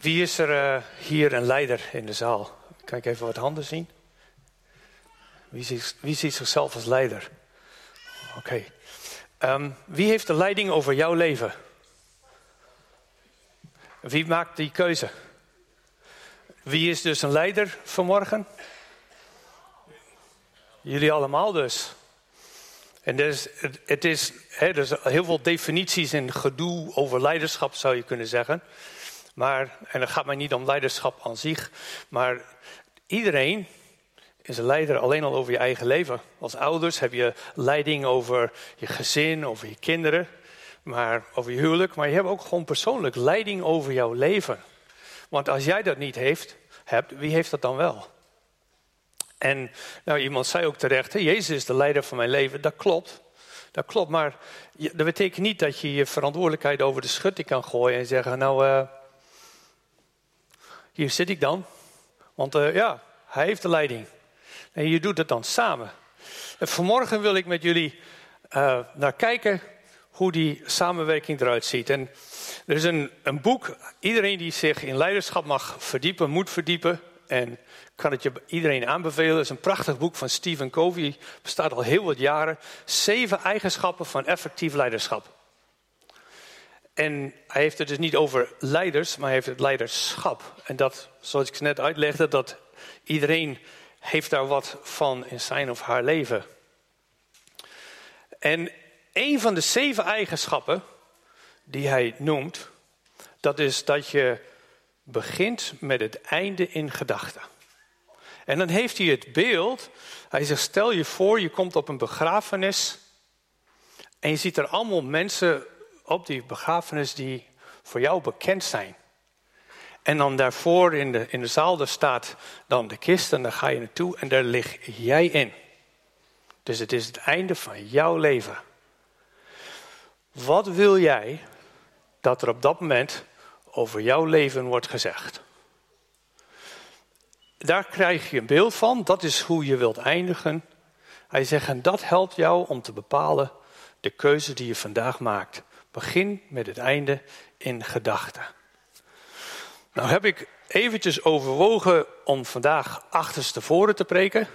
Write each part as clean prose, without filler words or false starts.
Wie is er hier een leider in de zaal? Kan ik even wat handen zien? Wie ziet zichzelf als leider? Oké. Wie heeft de leiding over jouw leven? Wie maakt die keuze? Wie is dus een leider vanmorgen? Jullie allemaal dus. En er is heel veel definities en gedoe over leiderschap, zou je kunnen zeggen. En het gaat mij niet om leiderschap aan zich. Maar iedereen is een leider alleen al over je eigen leven. Als ouders heb je leiding over je gezin, over je kinderen. Maar over je huwelijk. Maar je hebt ook gewoon persoonlijk leiding over jouw leven. Want als jij dat niet hebt, wie heeft dat dan wel? En iemand zei ook terecht, Jezus is de leider van mijn leven. Dat klopt. Maar dat betekent niet dat je je verantwoordelijkheid over de schutting kan gooien en zeggen, hier zit ik dan. Want hij heeft de leiding. En je doet het dan samen. En vanmorgen wil ik met jullie naar kijken hoe die samenwerking eruit ziet. En er is een boek, iedereen die zich in leiderschap mag verdiepen, moet verdiepen. En kan het je iedereen aanbevelen. Het is een prachtig boek van Stephen Covey. Bestaat al heel wat jaren. 7 eigenschappen van effectief leiderschap. En hij heeft het dus niet over leiders, maar hij heeft het leiderschap. En dat, zoals ik net uitlegde, dat iedereen heeft daar wat van in zijn of haar leven. En een van de 7 eigenschappen die hij noemt, dat is dat je begint met het einde in gedachten. En dan heeft hij het beeld. Hij zegt, stel je voor, je komt op een begrafenis. En je ziet er allemaal mensen op die begrafenis die voor jou bekend zijn. En dan daarvoor in de zaal, daar staat dan de kist. En daar ga je naartoe en daar lig jij in. Dus het is het einde van jouw leven. Wat wil jij dat er op dat moment over jouw leven wordt gezegd? Daar krijg je een beeld van. Dat is hoe je wilt eindigen. Hij zegt, en dat helpt jou om te bepalen de keuze die je vandaag maakt. Begin met het einde in gedachten. Nou heb ik eventjes overwogen om vandaag achterstevoren te preken.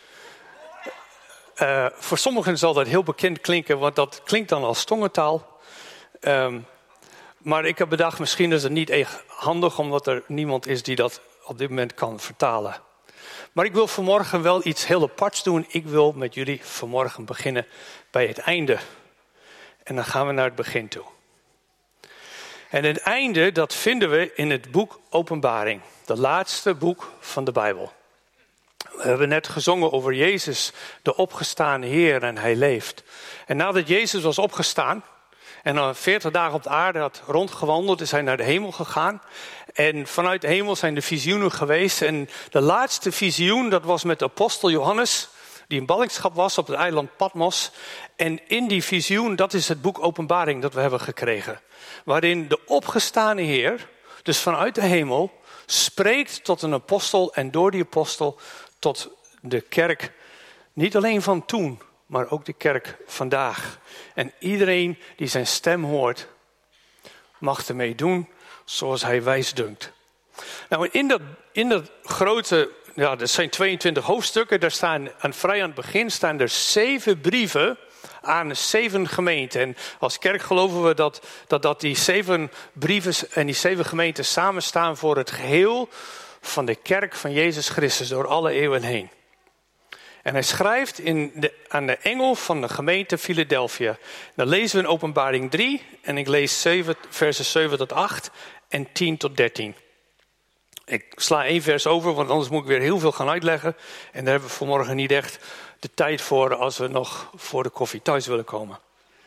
Voor sommigen zal dat heel bekend klinken, want dat klinkt dan als tongentaal. Maar ik heb bedacht, misschien is het niet echt handig, omdat er niemand is die dat op dit moment kan vertalen. Maar ik wil vanmorgen wel iets heel aparts doen. Ik wil met jullie vanmorgen beginnen bij het einde. En dan gaan we naar het begin toe. En het einde, dat vinden we in het boek Openbaring. De laatste boek van de Bijbel. We hebben net gezongen over Jezus, de opgestane Heer, en hij leeft. En nadat Jezus was opgestaan en al 40 dagen op de aarde had rondgewandeld, is hij naar de hemel gegaan. En vanuit de hemel zijn de visioenen geweest. En de laatste visioen, dat was met de apostel Johannes, die in ballingschap was op het eiland Patmos. En in die visioen, dat is het boek Openbaring dat we hebben gekregen. Waarin de opgestane Heer, dus vanuit de hemel, spreekt tot een apostel en door die apostel tot de kerk. Niet alleen van toen, maar ook de kerk vandaag. En iedereen die zijn stem hoort, mag ermee doen zoals hij wijs dunkt. Nou, in dat grote, er zijn 22 hoofdstukken. Daar staan vrij aan het begin staan er 7 brieven aan 7 gemeenten. En als kerk geloven we dat die 7 brieven en die 7 gemeenten samenstaan voor het geheel van de kerk van Jezus Christus door alle eeuwen heen. En hij schrijft aan de engel van de gemeente Philadelphia. Dan lezen we in Openbaring 3 en ik lees versen 7 tot 8 en 10 tot 13. Ik sla 1 vers over, want anders moet ik weer heel veel gaan uitleggen. En daar hebben we vanmorgen niet echt de tijd voor als we nog voor de koffie thuis willen komen.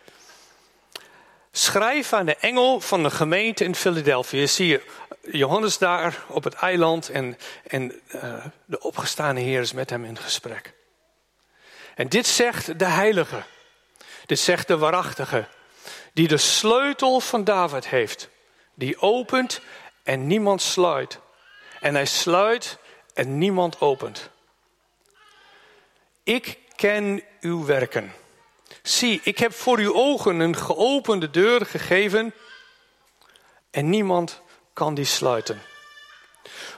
Schrijf aan de engel van de gemeente in Philadelphia. Zie je Johannes daar op het eiland en de opgestane Heer is met hem in gesprek. En dit zegt de heilige, dit zegt de waarachtige, die de sleutel van David heeft. Die opent en niemand sluit. En hij sluit en niemand opent. Ik ken uw werken. Zie, ik heb voor uw ogen een geopende deur gegeven en niemand kan die sluiten.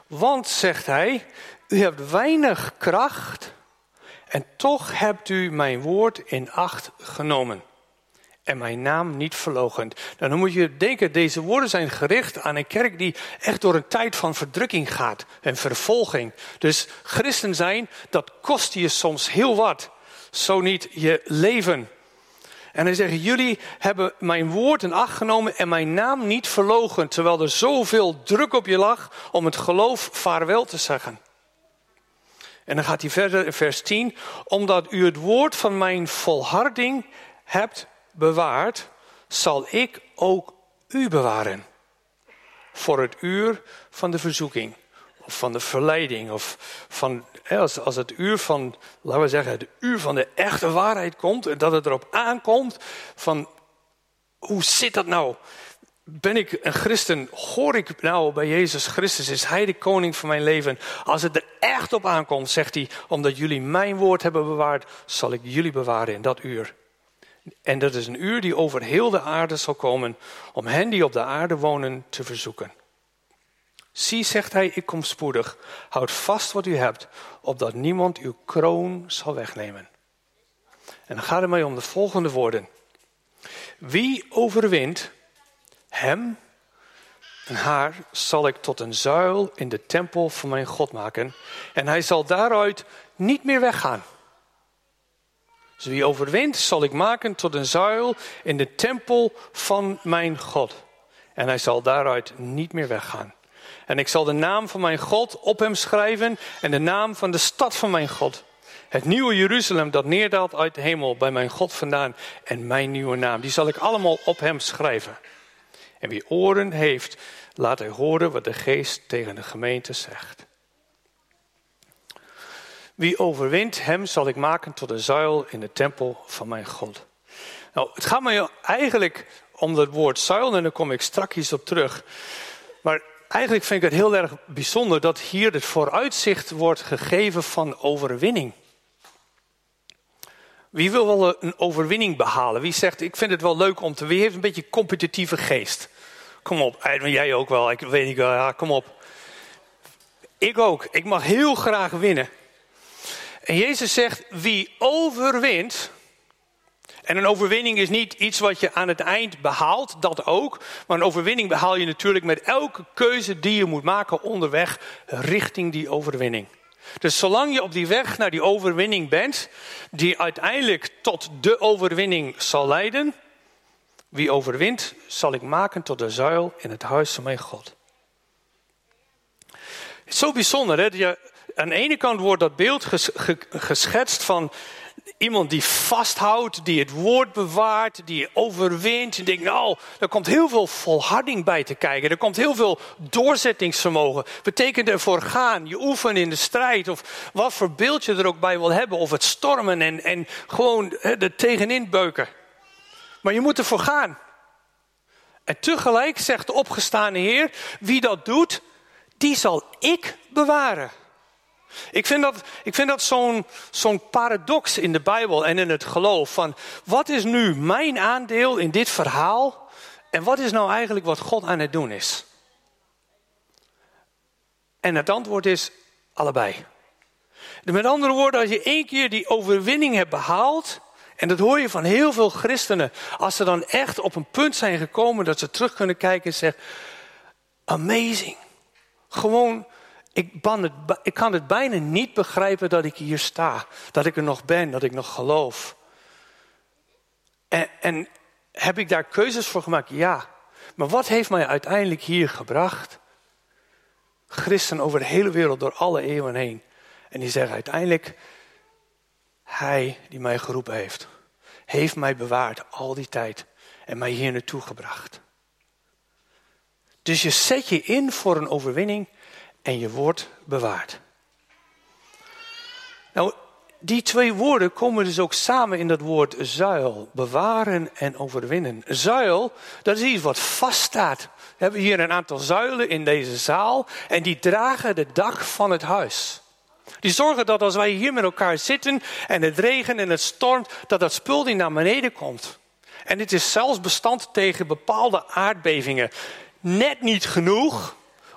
Want, zegt hij, u hebt weinig kracht en toch hebt u mijn woord in acht genomen. En mijn naam niet verloochend. Dan moet je denken, deze woorden zijn gericht aan een kerk die echt door een tijd van verdrukking gaat en vervolging. Dus christen zijn, dat kost je soms heel wat. Zo niet je leven. En hij zegt, jullie hebben mijn woord in acht genomen en mijn naam niet verloochend. Terwijl er zoveel druk op je lag om het geloof vaarwel te zeggen. En dan gaat hij verder in vers 10. Omdat u het woord van mijn volharding hebt bewaard, zal ik ook u bewaren. Voor het uur van de verzoeking. Of van de verleiding. Of van, als het uur van, laten we zeggen, het uur van de echte waarheid komt. En dat het erop aankomt van, hoe zit dat nou? Ben ik een christen? Hoor ik nou bij Jezus Christus? Is hij de koning van mijn leven? Als het er echt op aankomt, zegt hij, omdat jullie mijn woord hebben bewaard, zal ik jullie bewaren in dat uur. En dat is een uur die over heel de aarde zal komen, om hen die op de aarde wonen te verzoeken. Zie, zegt hij, ik kom spoedig. Houd vast wat u hebt, opdat niemand uw kroon zal wegnemen. En dan gaat het mij om de volgende woorden. Wie overwint, hem en haar zal ik tot een zuil in de tempel van mijn God maken. En hij zal daaruit niet meer weggaan. Dus wie overwint, zal ik maken tot een zuil in de tempel van mijn God. En hij zal daaruit niet meer weggaan. En ik zal de naam van mijn God op hem schrijven en de naam van de stad van mijn God. Het nieuwe Jeruzalem dat neerdaalt uit de hemel bij mijn God vandaan. En mijn nieuwe naam, die zal ik allemaal op hem schrijven. En wie oren heeft, laat hij horen wat de Geest tegen de gemeente zegt. Wie overwint, hem zal ik maken tot een zuil in de tempel van mijn God. Nou, het gaat mij eigenlijk om dat woord zuil en daar kom ik straks op terug. Maar eigenlijk vind ik het heel erg bijzonder dat hier het vooruitzicht wordt gegeven van overwinning. Wie wil wel een overwinning behalen? Wie zegt, ik vind het wel leuk om te winnen. Wie heeft een beetje competitieve geest? Kom op, jij ook wel. Ik weet niet, ja, kom op. Ik ook. Ik mag heel graag winnen. En Jezus zegt, wie overwint. En een overwinning is niet iets wat je aan het eind behaalt, dat ook. Maar een overwinning behaal je natuurlijk met elke keuze die je moet maken onderweg richting die overwinning. Dus zolang je op die weg naar die overwinning bent, die uiteindelijk tot de overwinning zal leiden. Wie overwint, zal ik maken tot een zuil in het huis van mijn God. Het is zo bijzonder, hè? Aan de ene kant wordt dat beeld geschetst van iemand die vasthoudt, die het woord bewaart, die overwint. En denkt, nou, er komt heel veel volharding bij te kijken. Er komt heel veel doorzettingsvermogen. Betekent ervoor gaan, je oefenen in de strijd. Of wat voor beeld je er ook bij wil hebben. Of het stormen en gewoon er tegenin beuken. Maar je moet ervoor gaan. En tegelijk zegt de opgestane Heer, wie dat doet, die zal ik bewaren. Ik vind dat zo'n paradox in de Bijbel en in het geloof. Van wat is nu mijn aandeel in dit verhaal? En wat is nou eigenlijk wat God aan het doen is? En het antwoord is allebei. Met andere woorden, als je 1 keer die overwinning hebt behaald. En dat hoor je van heel veel christenen. Als ze dan echt op een punt zijn gekomen dat ze terug kunnen kijken en zeggen, amazing. Gewoon, ik kan het bijna niet begrijpen dat ik hier sta. Dat ik er nog ben, dat ik nog geloof. En heb ik daar keuzes voor gemaakt? Ja. Maar wat heeft mij uiteindelijk hier gebracht? Christen over de hele wereld, door alle eeuwen heen. En die zeggen uiteindelijk, hij die mij geroepen heeft mij bewaard al die tijd en mij hier naartoe gebracht. Dus je zet je in voor een overwinning en je wordt bewaard. Nou, die 2 woorden komen dus ook samen in dat woord zuil. Bewaren en overwinnen. Zuil, dat is iets wat vaststaat. We hebben hier een aantal zuilen in deze zaal en die dragen de dak van het huis. Die zorgen dat als wij hier met elkaar zitten en het regent en het stormt, dat spul niet naar beneden komt. En dit is zelfs bestand tegen bepaalde aardbevingen. Net niet genoeg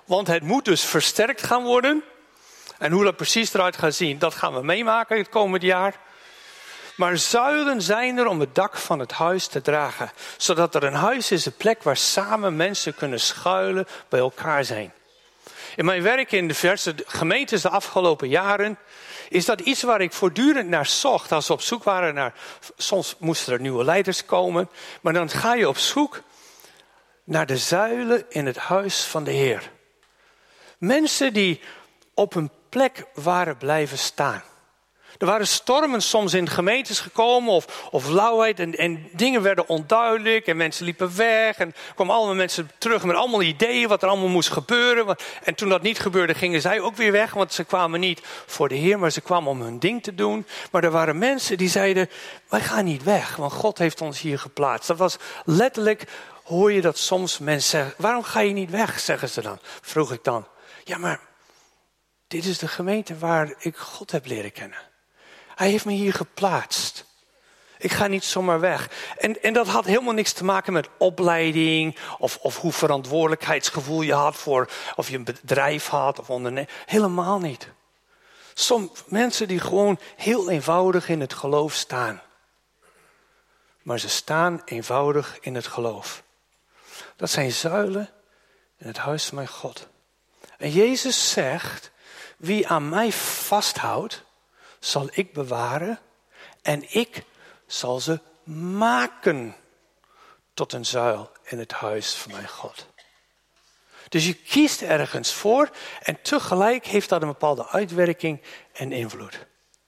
Want het moet dus versterkt gaan worden. En hoe dat precies eruit gaat zien, dat gaan we meemaken het komende jaar. Maar zuilen zijn er om het dak van het huis te dragen. Zodat er een huis is, een plek waar samen mensen kunnen schuilen, bij elkaar zijn. In mijn werk in diverse gemeentes de afgelopen jaren is dat iets waar ik voortdurend naar zocht. Als we op zoek waren naar, soms moesten er nieuwe leiders komen. Maar dan ga je op zoek naar de zuilen in het huis van de Heer. Mensen die op een plek waren blijven staan. Er waren stormen soms in gemeentes gekomen of lauwheid en dingen werden onduidelijk en mensen liepen weg. En er kwamen allemaal mensen terug met allemaal ideeën wat er allemaal moest gebeuren. En toen dat niet gebeurde gingen zij ook weer weg, want ze kwamen niet voor de Heer, maar ze kwamen om hun ding te doen. Maar er waren mensen die zeiden, wij gaan niet weg, want God heeft ons hier geplaatst. Dat was letterlijk, hoor je dat soms mensen zeggen, waarom ga je niet weg, zeggen ze dan. Vroeg ik dan, ja maar dit is de gemeente waar ik God heb leren kennen. Hij heeft me hier geplaatst. Ik ga niet zomaar weg. En dat had helemaal niks te maken met opleiding. Of hoe verantwoordelijkheidsgevoel je had voor. Of je een bedrijf had of ondernemen. Helemaal niet. Soms mensen die gewoon heel eenvoudig in het geloof staan. Maar ze staan eenvoudig in het geloof. Dat zijn zuilen in het huis van mijn God. En Jezus zegt, wie aan mij vasthoudt, zal ik bewaren en ik zal ze maken tot een zuil in het huis van mijn God. Dus je kiest ergens voor en tegelijk heeft dat een bepaalde uitwerking en invloed.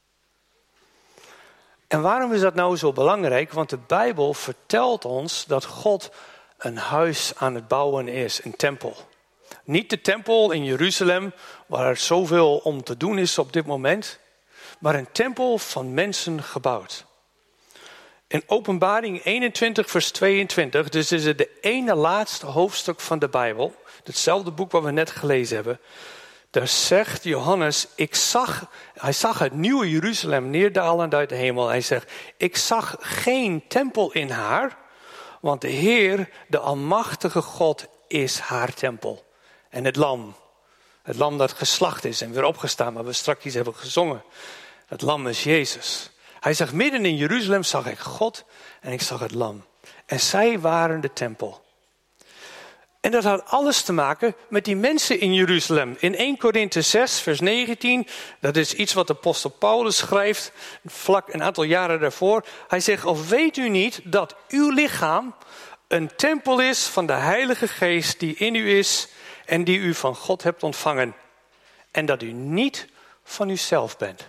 En waarom is dat nou zo belangrijk? Want de Bijbel vertelt ons dat God een huis aan het bouwen is, een tempel. Niet de tempel in Jeruzalem, waar er zoveel om te doen is op dit moment, maar een tempel van mensen gebouwd. In Openbaring 21 vers 22, dus is het de ene laatste hoofdstuk van de Bijbel, hetzelfde boek wat we net gelezen hebben, daar zegt Johannes, hij zag het nieuwe Jeruzalem neerdalen uit de hemel. Hij zegt, ik zag geen tempel in haar, want de Heer, de almachtige God, is haar tempel. En het lam dat geslacht is en weer opgestaan, maar we straks hebben gezongen. Het lam is Jezus. Hij zegt, midden in Jeruzalem zag ik God en ik zag het lam. En zij waren de tempel. En dat had alles te maken met die mensen in Jeruzalem. In 1 Korinthe 6 vers 19, dat is iets wat de apostel Paulus schrijft, vlak een aantal jaren daarvoor. Hij zegt, of weet u niet dat uw lichaam een tempel is van de Heilige Geest die in u is en die u van God hebt ontvangen. En dat u niet van uzelf bent.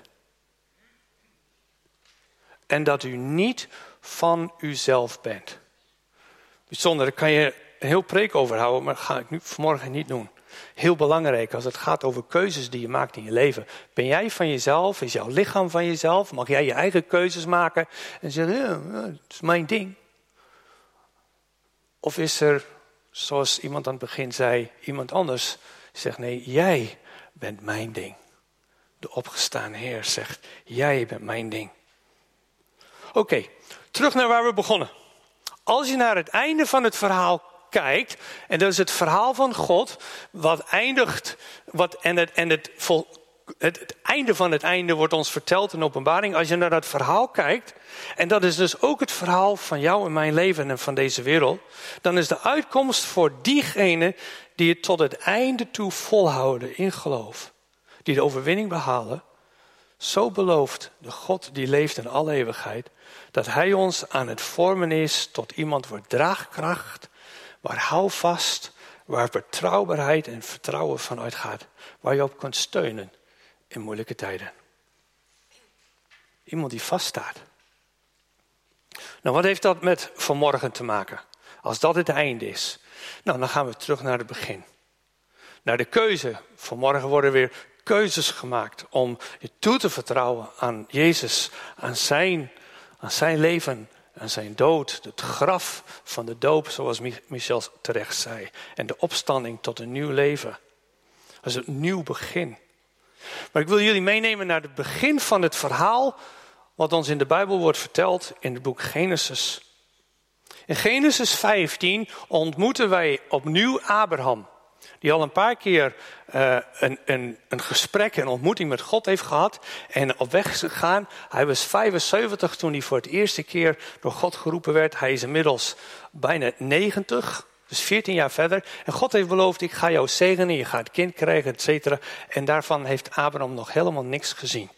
En dat u niet van uzelf bent. Bijzonder, daar kan je een heel preek over houden, maar dat ga ik nu vanmorgen niet doen. Heel belangrijk als het gaat over keuzes die je maakt in je leven. Ben jij van jezelf? Is jouw lichaam van jezelf? Mag jij je eigen keuzes maken? En zeggen, ja, het is mijn ding. Of is er, zoals iemand aan het begin zei, iemand anders zegt, nee, jij bent mijn ding. De opgestaan Heer zegt, jij bent mijn ding. Oké, terug naar waar we begonnen. Als je naar het einde van het verhaal kijkt, en dat is het verhaal van God, wat eindigt, het einde van het einde wordt ons verteld in Openbaring. Als je naar dat verhaal kijkt, en dat is dus ook het verhaal van jou en mijn leven en van deze wereld, dan is de uitkomst voor diegenen die het tot het einde toe volhouden in geloof, die de overwinning behalen, zo belooft de God die leeft in alle eeuwigheid, dat hij ons aan het vormen is tot iemand waar draagkracht, waar houvast, waar betrouwbaarheid en vertrouwen van uitgaat, waar je op kunt steunen in moeilijke tijden. Iemand die vaststaat. Nou, wat heeft dat met vanmorgen te maken? Als dat het einde is. Nou, dan gaan we terug naar het begin. Naar de keuze. Vanmorgen worden weer keuzes gemaakt om je toe te vertrouwen aan Jezus, aan zijn leven, aan zijn dood, het graf van de doop, zoals Michel terecht zei, en de opstanding tot een nieuw leven. Dat is een nieuw begin. Maar ik wil jullie meenemen naar het begin van het verhaal wat ons in de Bijbel wordt verteld in het boek Genesis. In Genesis 15 ontmoeten wij opnieuw Abraham. die al een paar keer een gesprek, een ontmoeting met God heeft gehad en op weg is gegaan. Hij was 75 toen hij voor het eerste keer door God geroepen werd. Hij is inmiddels bijna 90, dus 14 jaar verder. En God heeft beloofd, ik ga jou zegenen, je gaat kind krijgen, et cetera. En daarvan heeft Abraham nog helemaal niks gezien.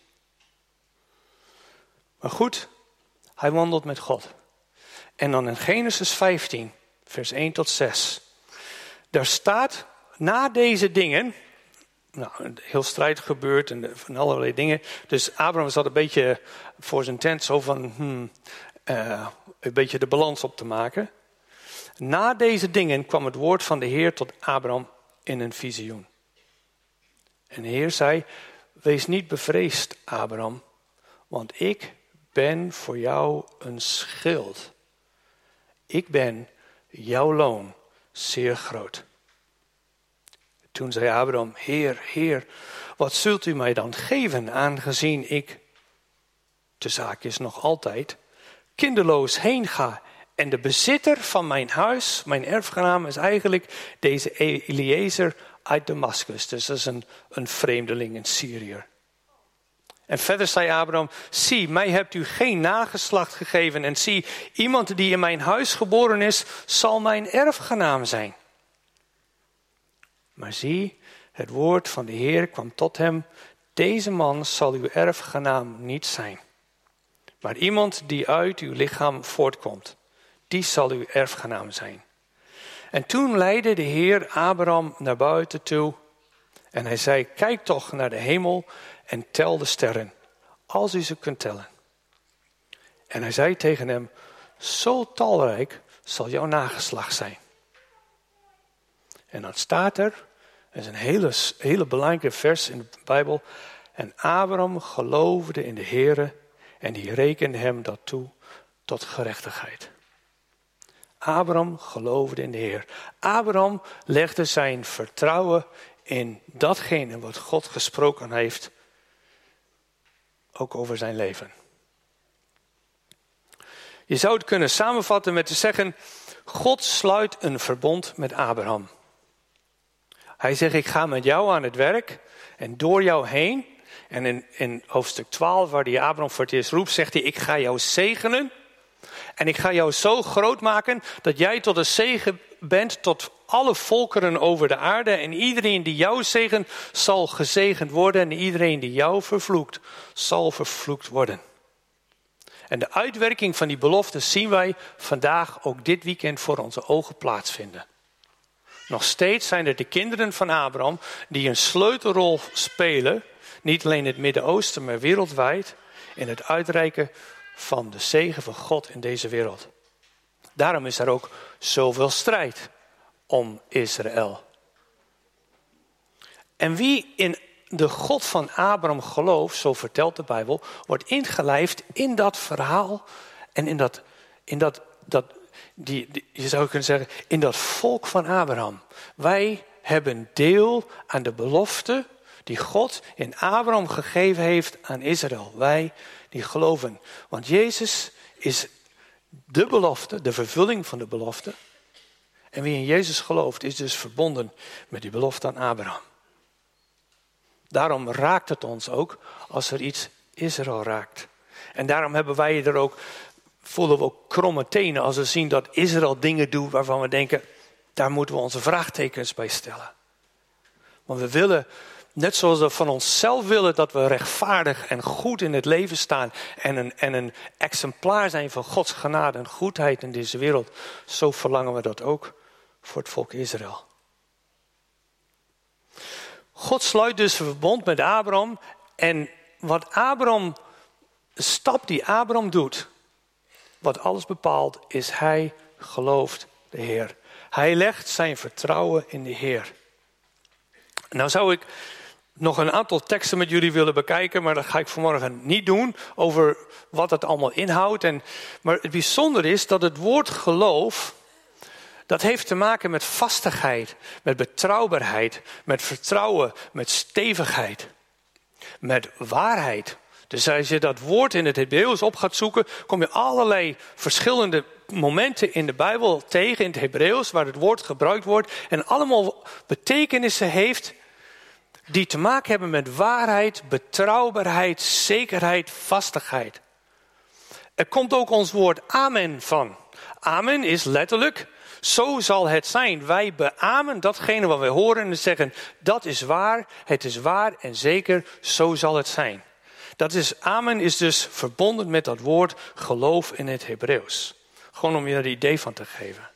Maar goed, hij wandelt met God. En dan in Genesis 15, vers 1 tot 6. Daar staat, na deze dingen, heel strijd gebeurd en van allerlei dingen. Dus Abraham zat een beetje voor zijn tent zo van, een beetje de balans op te maken. Na deze dingen kwam het woord van de Heer tot Abraham in een visioen. En de Heer zei, wees niet bevreesd, Abraham, want ik ben voor jou een schild. Ik ben jouw loon zeer groot. Toen zei Abraham, Heer, wat zult u mij dan geven, aangezien ik, de zaak is nog altijd, kinderloos heen ga. En de bezitter van mijn huis, mijn erfgenaam, is eigenlijk deze Eliezer uit Damascus. Dus dat is een vreemdeling, een Syriër. En verder zei Abraham, zie, mij hebt u geen nageslacht gegeven. En zie, iemand die in mijn huis geboren is, zal mijn erfgenaam zijn. Maar zie, het woord van de Heer kwam tot hem. Deze man zal uw erfgenaam niet zijn. Maar iemand die uit uw lichaam voortkomt, die zal uw erfgenaam zijn. En toen leidde de Heer Abraham naar buiten toe. En hij zei, kijk toch naar de hemel en tel de sterren, als u ze kunt tellen. En hij zei tegen hem, zo talrijk zal jouw nageslacht zijn. En dan staat er, dat is een hele belangrijke vers in de Bijbel. En Abraham geloofde in de Heere en die rekende hem dat toe tot gerechtigheid. Abraham geloofde in de Heer. Abraham legde zijn vertrouwen in datgene wat God gesproken heeft, ook over zijn leven. Je zou het kunnen samenvatten met te zeggen, God sluit een verbond met Abraham. Hij zegt, ik ga met jou aan het werk en door jou heen. En in hoofdstuk 12, waar hij Abraham voor het eerst roept, zegt hij, ik ga jou zegenen. En ik ga jou zo groot maken dat jij tot een zegen bent tot alle volkeren over de aarde. En iedereen die jou zegent, zal gezegend worden. En iedereen die jou vervloekt, zal vervloekt worden. En de uitwerking van die belofte zien wij vandaag ook dit weekend voor onze ogen plaatsvinden. Nog steeds zijn er de kinderen van Abraham die een sleutelrol spelen, niet alleen in het Midden-Oosten, maar wereldwijd, in het uitreiken van de zegen van God in deze wereld. Daarom is er ook zoveel strijd om Israël. En wie in de God van Abraham gelooft, zo vertelt de Bijbel, wordt ingelijfd in dat verhaal en je zou kunnen zeggen, in dat volk van Abraham. Wij hebben deel aan de belofte die God in Abraham gegeven heeft aan Israël. Wij die geloven. Want Jezus is de belofte, de vervulling van de belofte. En wie in Jezus gelooft is dus verbonden met die belofte aan Abraham. Daarom raakt het ons ook als er iets Israël raakt. En daarom hebben wij er ook, voelen we ook kromme tenen als we zien dat Israël dingen doet waarvan we denken, daar moeten we onze vraagtekens bij stellen. Want we willen, net zoals we van onszelf willen dat we rechtvaardig en goed in het leven staan en een exemplaar zijn van Gods genade en goedheid in deze wereld, zo verlangen we dat ook voor het volk Israël. God sluit dus een verbond met Abraham en de stap die Abraham doet, wat alles bepaalt, is hij gelooft de Heer. Hij legt zijn vertrouwen in de Heer. Nou zou ik nog een aantal teksten met jullie willen bekijken, maar dat ga ik vanmorgen niet doen, over wat het allemaal inhoudt. Maar het bijzondere is dat het woord geloof, dat heeft te maken met vastigheid, met betrouwbaarheid, met vertrouwen, met stevigheid, met waarheid. Dus als je dat woord in het Hebreeuws op gaat zoeken, kom je allerlei verschillende momenten in de Bijbel tegen in het Hebreeuws waar het woord gebruikt wordt en allemaal betekenissen heeft die te maken hebben met waarheid, betrouwbaarheid, zekerheid, vastigheid. Er komt ook ons woord amen van. Amen is letterlijk, zo zal het zijn. Wij beamen datgene wat wij horen en zeggen, dat is waar, het is waar en zeker, zo zal het zijn. Amen is dus verbonden met dat woord geloof in het Hebreeuws. Gewoon om je er een idee van te geven.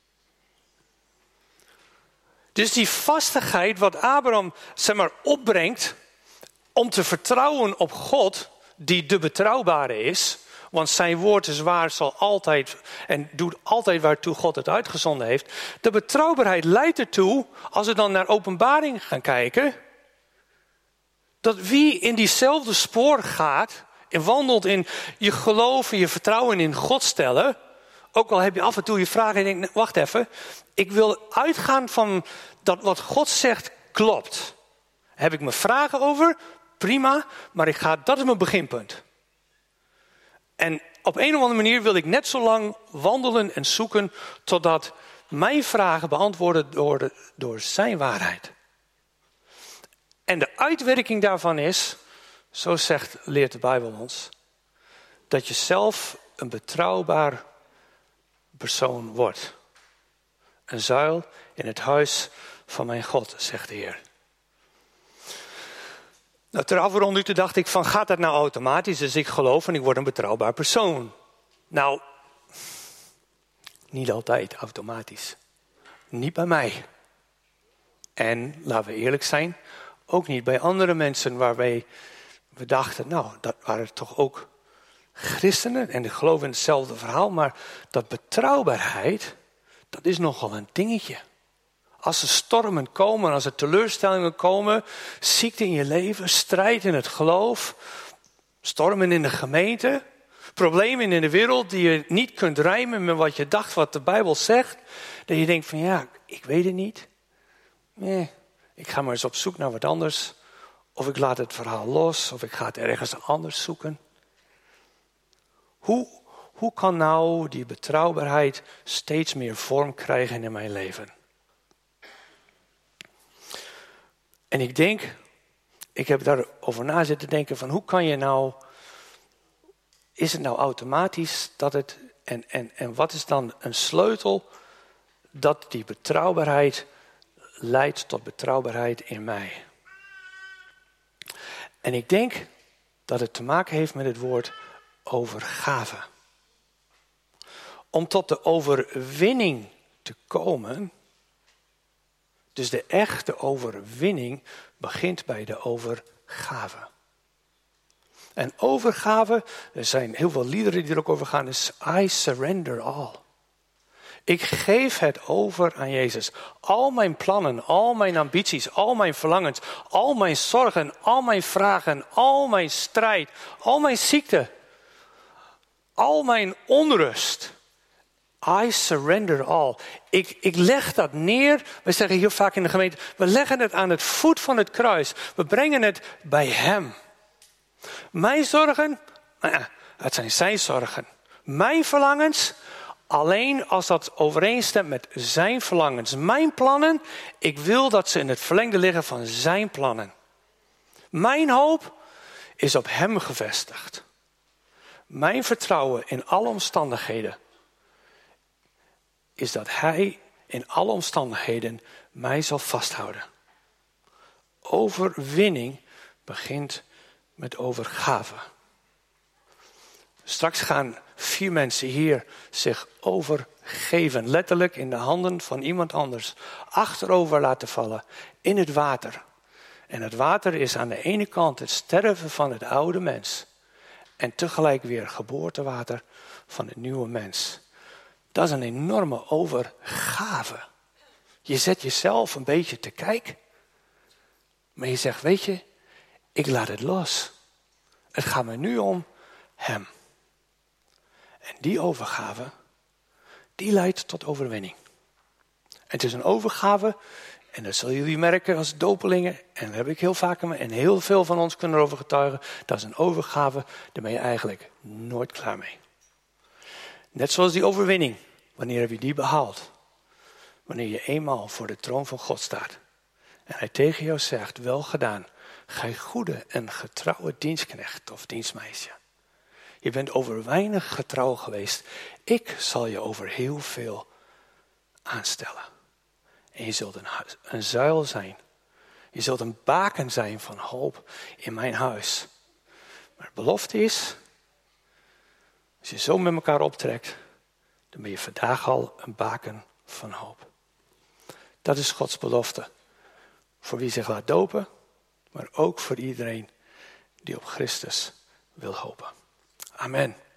Dus die vastigheid wat Abraham opbrengt om te vertrouwen op God, die de betrouwbare is. Want zijn woord is waar, zal altijd en doet altijd waartoe God het uitgezonden heeft. De betrouwbaarheid leidt ertoe, als we dan naar Openbaring gaan kijken, dat wie in diezelfde spoor gaat en wandelt in je geloof en je vertrouwen in God stellen, ook al heb je af en toe je vragen en je denkt, wacht even, ik wil uitgaan van dat wat God zegt klopt. Heb ik mijn vragen over? Prima, maar dat is mijn beginpunt. En op een of andere manier wil ik net zo lang wandelen en zoeken totdat mijn vragen beantwoord worden door zijn waarheid. En de uitwerking daarvan is, zo leert de Bijbel ons, dat je zelf een betrouwbaar persoon wordt. Een zuil in het huis van mijn God, zegt de Heer. Nou, ter afronding dacht ik van, gaat dat nou automatisch? Dus ik geloof en ik word een betrouwbaar persoon. Nou, niet altijd automatisch. Niet bij mij. En, laten we eerlijk zijn, ook niet bij andere mensen waarbij we dachten, nou, dat waren toch ook christenen en die geloven in hetzelfde verhaal. Maar dat betrouwbaarheid, dat is nogal een dingetje. Als er stormen komen, als er teleurstellingen komen, ziekte in je leven, strijd in het geloof, stormen in de gemeente, problemen in de wereld die je niet kunt rijmen met wat je dacht wat de Bijbel zegt, dat je denkt van ja, ik weet het niet. Nee, ik ga maar eens op zoek naar wat anders. Of ik laat het verhaal los, of ik ga het ergens anders zoeken. Hoe kan nou die betrouwbaarheid steeds meer vorm krijgen in mijn leven? En ik heb daarover na zitten denken van hoe kan je nou, is het nou automatisch dat het, en wat is dan een sleutel dat die betrouwbaarheid leidt tot betrouwbaarheid in mij? En ik denk dat het te maken heeft met het woord overgave. Om tot de overwinning te komen, dus de echte overwinning begint bij de overgave. En overgave, er zijn heel veel liederen die er ook over gaan, is I surrender all. Ik geef het over aan Jezus. Al mijn plannen, al mijn ambities, al mijn verlangens, al mijn zorgen, al mijn vragen, al mijn strijd, al mijn ziekte, al mijn onrust. I surrender all. Ik leg dat neer. We zeggen hier vaak in de gemeente, we leggen het aan het voet van het kruis. We brengen het bij hem. Mijn zorgen, het zijn zijn zorgen. Mijn verlangens, alleen als dat overeenstemt met zijn verlangens. Mijn plannen, ik wil dat ze in het verlengde liggen van zijn plannen. Mijn hoop is op hem gevestigd. Mijn vertrouwen in alle omstandigheden is dat hij in alle omstandigheden mij zal vasthouden. Overwinning begint met overgave. Straks gaan 4 mensen hier zich overgeven, letterlijk in de handen van iemand anders, achterover laten vallen in het water. En het water is aan de ene kant het sterven van het oude mens en tegelijk weer geboortewater van het nieuwe mens. Dat is een enorme overgave. Je zet jezelf een beetje te kijk, maar je zegt, weet je, ik laat het los. Het gaat me nu om hem. En die overgave, die leidt tot overwinning. En het is een overgave En dat zullen jullie merken als dopelingen. En dat heb ik heel vaak en heel veel van ons kunnen erover getuigen. Dat is een overgave, daar ben je eigenlijk nooit klaar mee. Net zoals die overwinning. Wanneer heb je die behaald? Wanneer je eenmaal voor de troon van God staat. En hij tegen jou zegt, wel gedaan. Gij goede en getrouwe dienstknecht of dienstmeisje. Je bent over weinig getrouw geweest. Ik zal je over heel veel aanstellen. En je zult een zuil zijn. Je zult een baken zijn van hoop in mijn huis. Maar de belofte is, als je zo met elkaar optrekt, dan ben je vandaag al een baken van hoop. Dat is Gods belofte. Voor wie zich laat dopen, maar ook voor iedereen die op Christus wil hopen. Amen.